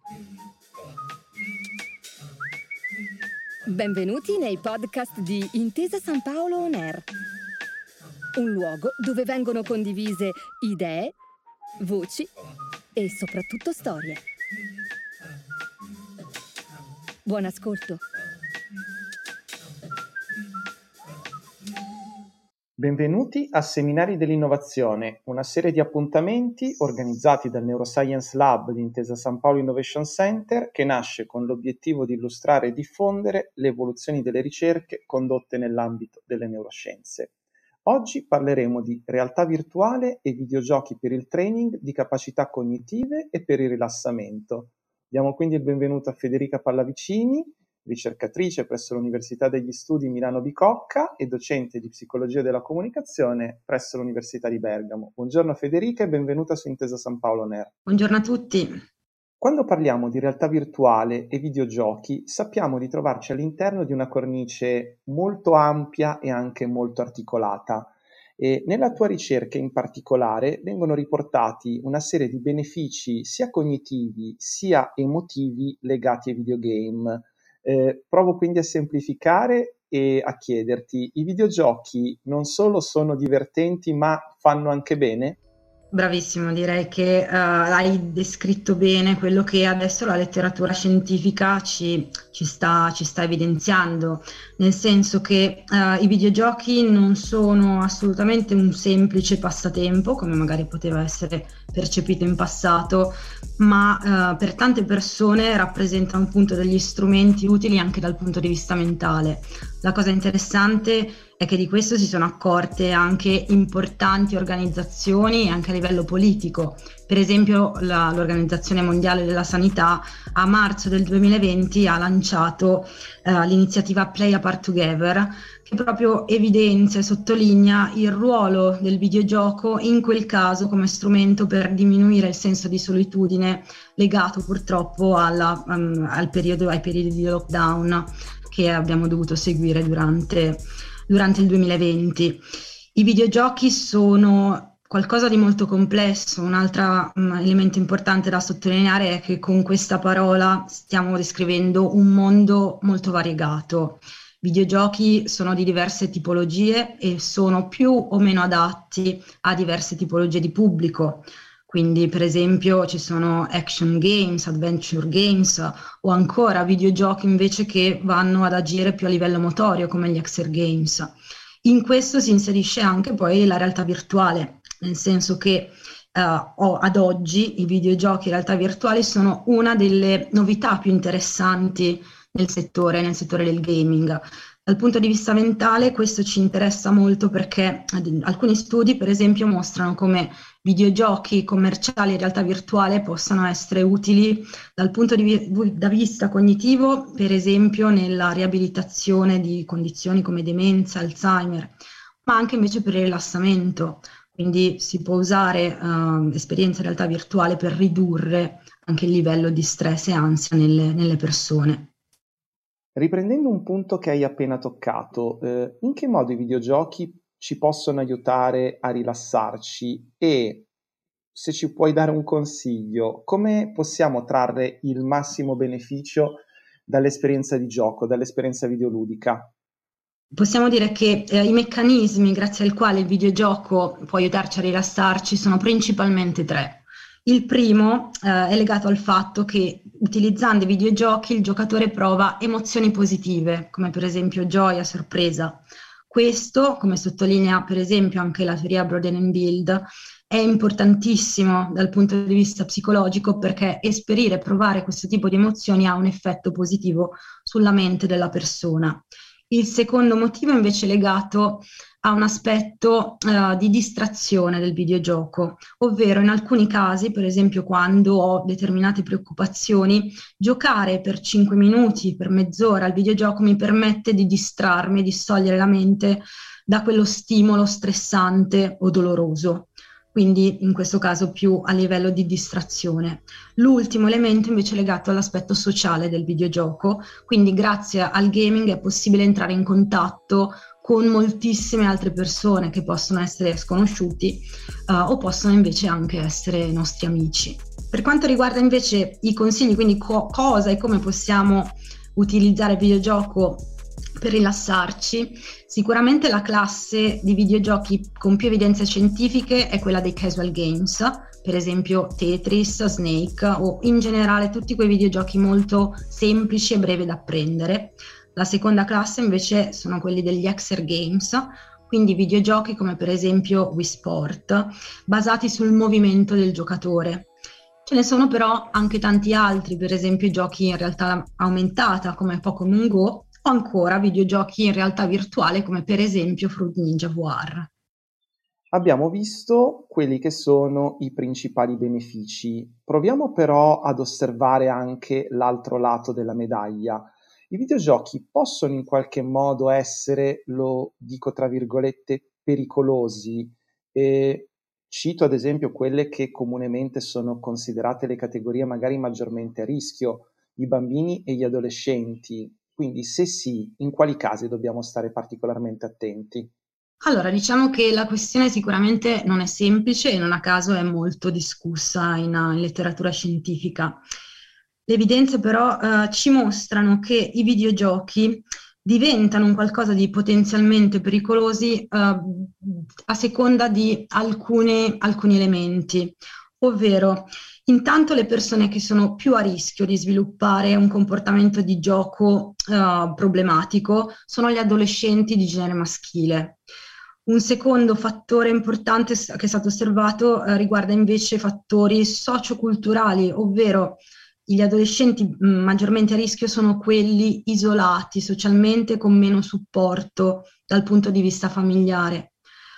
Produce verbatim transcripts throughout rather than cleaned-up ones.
Benvenuti nei podcast di Intesa San Paolo On Air, un luogo dove vengono condivise idee, voci e soprattutto storie. Buon ascolto. Benvenuti a Seminari dell'Innovazione, una serie di appuntamenti organizzati dal Neuroscience Lab di Intesa San Paolo Innovation Center che nasce con l'obiettivo di illustrare e diffondere le evoluzioni delle ricerche condotte nell'ambito delle neuroscienze. Oggi parleremo di realtà virtuale e videogiochi per il training di capacità cognitive e per il rilassamento. Diamo quindi il benvenuto a Federica Pallavicini, ricercatrice presso l'Università degli Studi Milano Bicocca e docente di psicologia della comunicazione presso l'Università di Bergamo. Buongiorno Federica e benvenuta su Intesa San Paolo On Air. Buongiorno a tutti. Quando parliamo di realtà virtuale e videogiochi, sappiamo di trovarci all'interno di una cornice molto ampia e anche molto articolata. E nella tua ricerca in particolare vengono riportati una serie di benefici sia cognitivi sia emotivi legati ai videogame. Eh, provo quindi a semplificare e a chiederti, i videogiochi non solo sono divertenti ma fanno anche bene? Bravissimo, direi che uh, hai descritto bene quello che adesso la letteratura scientifica ci, ci, sta, ci sta evidenziando, nel senso che uh, i videogiochi non sono assolutamente un semplice passatempo, come magari poteva essere percepito in passato, ma uh, per tante persone rappresentano appunto degli strumenti utili anche dal punto di vista mentale. La cosa interessante è che di questo si sono accorte anche importanti organizzazioni anche a livello politico. Per esempio la, l'Organizzazione Mondiale della Sanità a marzo del duemilaventi ha lanciato uh, l'iniziativa Play Apart Together, che proprio evidenzia e sottolinea il ruolo del videogioco in quel caso come strumento per diminuire il senso di solitudine legato purtroppo alla, um, al periodo, ai periodi di lockdown che abbiamo dovuto seguire durante, durante il duemilaventi. I videogiochi sono qualcosa di molto complesso. Un altro um, elemento importante da sottolineare è che con questa parola stiamo descrivendo un mondo molto variegato. Videogiochi sono di diverse tipologie e sono più o meno adatti a diverse tipologie di pubblico. Quindi per esempio ci sono action games, adventure games o ancora videogiochi invece che vanno ad agire più a livello motorio come gli X R games. In questo si inserisce anche poi la realtà virtuale, nel senso che uh, ad oggi i videogiochi in realtà virtuali sono una delle novità più interessanti nel settore, nel settore del gaming. Dal punto di vista mentale questo ci interessa molto perché alcuni studi per esempio mostrano come videogiochi commerciali in realtà virtuale possano essere utili dal punto di vista cognitivo, per esempio nella riabilitazione di condizioni come demenza, Alzheimer, ma anche invece per il rilassamento. Quindi si può usare uh, esperienza in realtà virtuale per ridurre anche il livello di stress e ansia nelle, nelle persone. Riprendendo un punto che hai appena toccato, eh, in che modo i videogiochi ci possono aiutare a rilassarci e, se ci puoi dare un consiglio, come possiamo trarre il massimo beneficio dall'esperienza di gioco, dall'esperienza videoludica? Possiamo dire che eh, i meccanismi grazie al quale il videogioco può aiutarci a rilassarci sono principalmente tre. Il primo eh, è legato al fatto che utilizzando i videogiochi il giocatore prova emozioni positive, come per esempio gioia, sorpresa. Questo, come sottolinea per esempio anche la teoria Broaden and Build, è importantissimo dal punto di vista psicologico perché esperire e provare questo tipo di emozioni ha un effetto positivo sulla mente della persona. Il secondo motivo è invece legato a un aspetto uh, di distrazione del videogioco, ovvero in alcuni casi, per esempio quando ho determinate preoccupazioni, giocare per cinque minuti, per mezz'ora al videogioco mi permette di distrarmi, di togliere la mente da quello stimolo stressante o doloroso. Quindi in questo caso più a livello di distrazione. L'ultimo elemento invece è legato all'aspetto sociale del videogioco, quindi grazie al gaming è possibile entrare in contatto con moltissime altre persone che possono essere sconosciuti uh, o possono invece anche essere nostri amici. Per quanto riguarda invece i consigli, quindi co- cosa e come possiamo utilizzare il videogioco per rilassarci, sicuramente la classe di videogiochi con più evidenze scientifiche è quella dei casual games, per esempio Tetris, Snake o in generale tutti quei videogiochi molto semplici e brevi da apprendere. La seconda classe invece sono quelli degli Exer Games, quindi videogiochi come per esempio Wii Sport, basati sul movimento del giocatore. Ce ne sono però anche tanti altri, per esempio giochi in realtà aumentata come Pokémon Go o ancora videogiochi in realtà virtuale come per esempio Fruit Ninja V R. Abbiamo visto quelli che sono i principali benefici. Proviamo però ad osservare anche l'altro lato della medaglia. I videogiochi possono in qualche modo essere, lo dico tra virgolette, pericolosi. E cito ad esempio quelle che comunemente sono considerate le categorie magari maggiormente a rischio, i bambini e gli adolescenti. Quindi se sì, in quali casi dobbiamo stare particolarmente attenti? Allora, diciamo che la questione sicuramente non è semplice e non a caso è molto discussa in, in letteratura scientifica. Le evidenze però eh, ci mostrano che i videogiochi diventano un qualcosa di potenzialmente pericolosi eh, a seconda di alcune, alcuni elementi, ovvero intanto le persone che sono più a rischio di sviluppare un comportamento di gioco eh, problematico sono gli adolescenti di genere maschile. Un secondo fattore importante che è stato osservato eh, riguarda invece fattori socioculturali, ovvero gli adolescenti mh, maggiormente a rischio sono quelli isolati socialmente con meno supporto dal punto di vista familiare.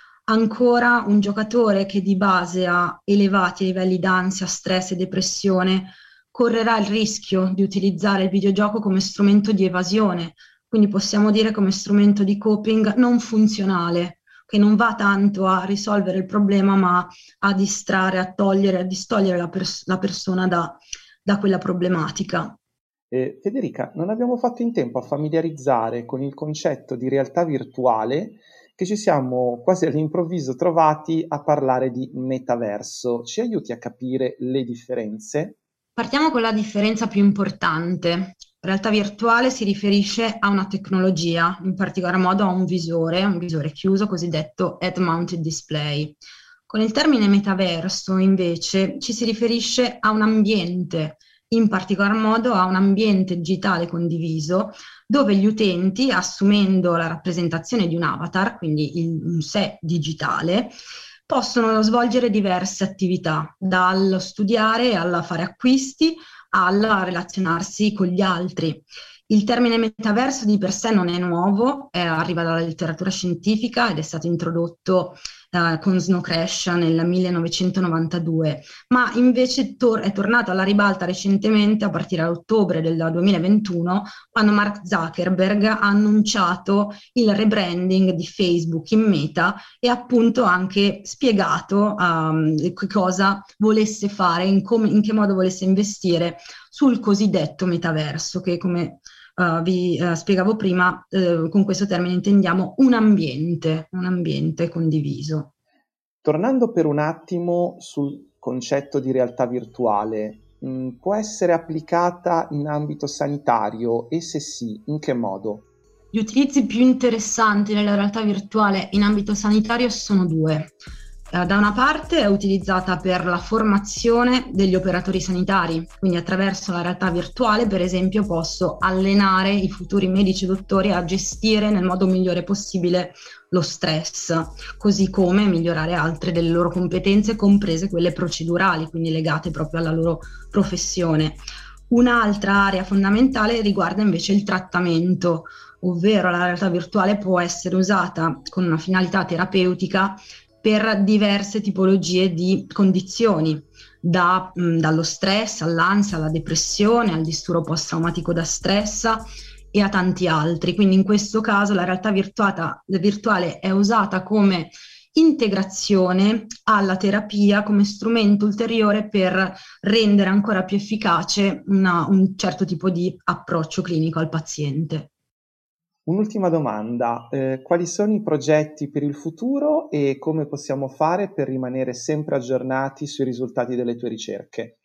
Ancora un giocatore che di base ha elevati livelli d'ansia, stress e depressione correrà il rischio di utilizzare il videogioco come strumento di evasione, quindi possiamo dire come strumento di coping non funzionale, che non va tanto a risolvere il problema, ma a distrarre, a togliere, a distogliere la, pers- la persona da, da quella problematica. Eh, Federica, non abbiamo fatto in tempo a familiarizzare con il concetto di realtà virtuale che ci siamo quasi all'improvviso trovati a parlare di metaverso. Ci aiuti a capire le differenze? Partiamo con la differenza più importante. Realtà virtuale si riferisce a una tecnologia, in particolar modo a un visore, un visore chiuso cosiddetto head-mounted display. Con il termine metaverso, invece, ci si riferisce a un ambiente, in particolar modo a un ambiente digitale condiviso, dove gli utenti, assumendo la rappresentazione di un avatar, quindi il, un sé digitale, possono svolgere diverse attività, dallo studiare alla fare acquisti, alla relazionarsi con gli altri. Il termine metaverso di per sé non è nuovo, eh, arriva dalla letteratura scientifica ed è stato introdotto eh, con Snow Crash nel millenovecentonovantadue, ma invece tor- è tornato alla ribalta recentemente a partire da ottobre del duemilaventuno, quando Mark Zuckerberg ha annunciato il rebranding di Facebook in Meta e appunto anche spiegato um, che cosa volesse fare, in, come, in che modo volesse investire sul cosiddetto metaverso, che come uh, vi uh, spiegavo prima, uh, con questo termine intendiamo un ambiente, un ambiente condiviso. Tornando per un attimo sul concetto di realtà virtuale, mh, può essere applicata in ambito sanitario e se sì, in che modo? Gli utilizzi più interessanti della realtà virtuale in ambito sanitario sono due. Eh, da una parte è utilizzata per la formazione degli operatori sanitari, quindi attraverso la realtà virtuale, per esempio, posso allenare i futuri medici e dottori a gestire nel modo migliore possibile lo stress, così come migliorare altre delle loro competenze, comprese quelle procedurali, quindi legate proprio alla loro professione. Un'altra area fondamentale riguarda invece il trattamento, ovvero la realtà virtuale può essere usata con una finalità terapeutica per diverse tipologie di condizioni, da, mh, dallo stress all'ansia, alla depressione, al disturbo post-traumatico da stress e a tanti altri. Quindi in questo caso la realtà virtuata, virtuale è usata come integrazione alla terapia, come strumento ulteriore per rendere ancora più efficace una, un certo tipo di approccio clinico al paziente. Un'ultima domanda, eh, quali sono i progetti per il futuro e come possiamo fare per rimanere sempre aggiornati sui risultati delle tue ricerche?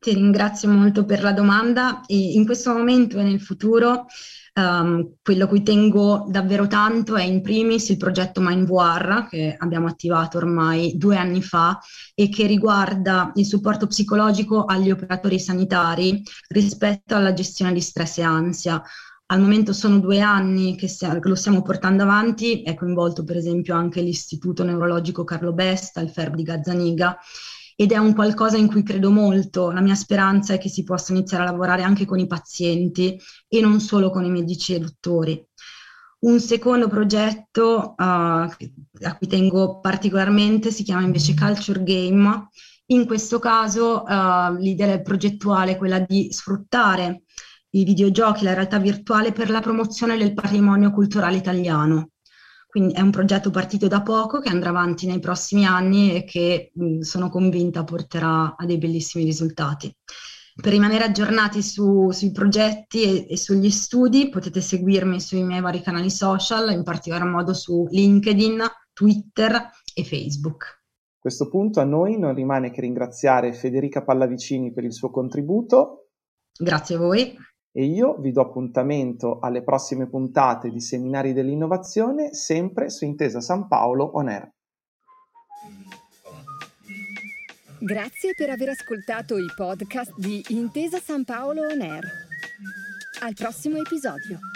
Ti ringrazio molto per la domanda e in questo momento e nel futuro um, quello a cui tengo davvero tanto è in primis il progetto MindVar che abbiamo attivato ormai due anni fa e che riguarda il supporto psicologico agli operatori sanitari rispetto alla gestione di stress e ansia. Al momento sono due anni che, sia, che lo stiamo portando avanti, è coinvolto per esempio anche l'Istituto Neurologico Carlo Besta, il F E R B di Gazzaniga, ed è un qualcosa in cui credo molto. La mia speranza è che si possa iniziare a lavorare anche con i pazienti e non solo con i medici e dottori. Un secondo progetto uh, a cui tengo particolarmente si chiama invece Culture Game. In questo caso uh, l'idea progettuale è quella di sfruttare i videogiochi, la realtà virtuale per la promozione del patrimonio culturale italiano. Quindi è un progetto partito da poco che andrà avanti nei prossimi anni e che mh, sono convinta porterà a dei bellissimi risultati. Per rimanere aggiornati su, sui progetti e, e sugli studi potete seguirmi sui miei vari canali social, in particolar modo su LinkedIn, Twitter e Facebook. A questo punto a noi non rimane che ringraziare Federica Pallavicini per il suo contributo. Grazie a voi. E io vi do appuntamento alle prossime puntate di Seminari dell'Innovazione, sempre su Intesa San Paolo On Air. Grazie per aver ascoltato i podcast di Intesa San Paolo On Air. Al prossimo episodio.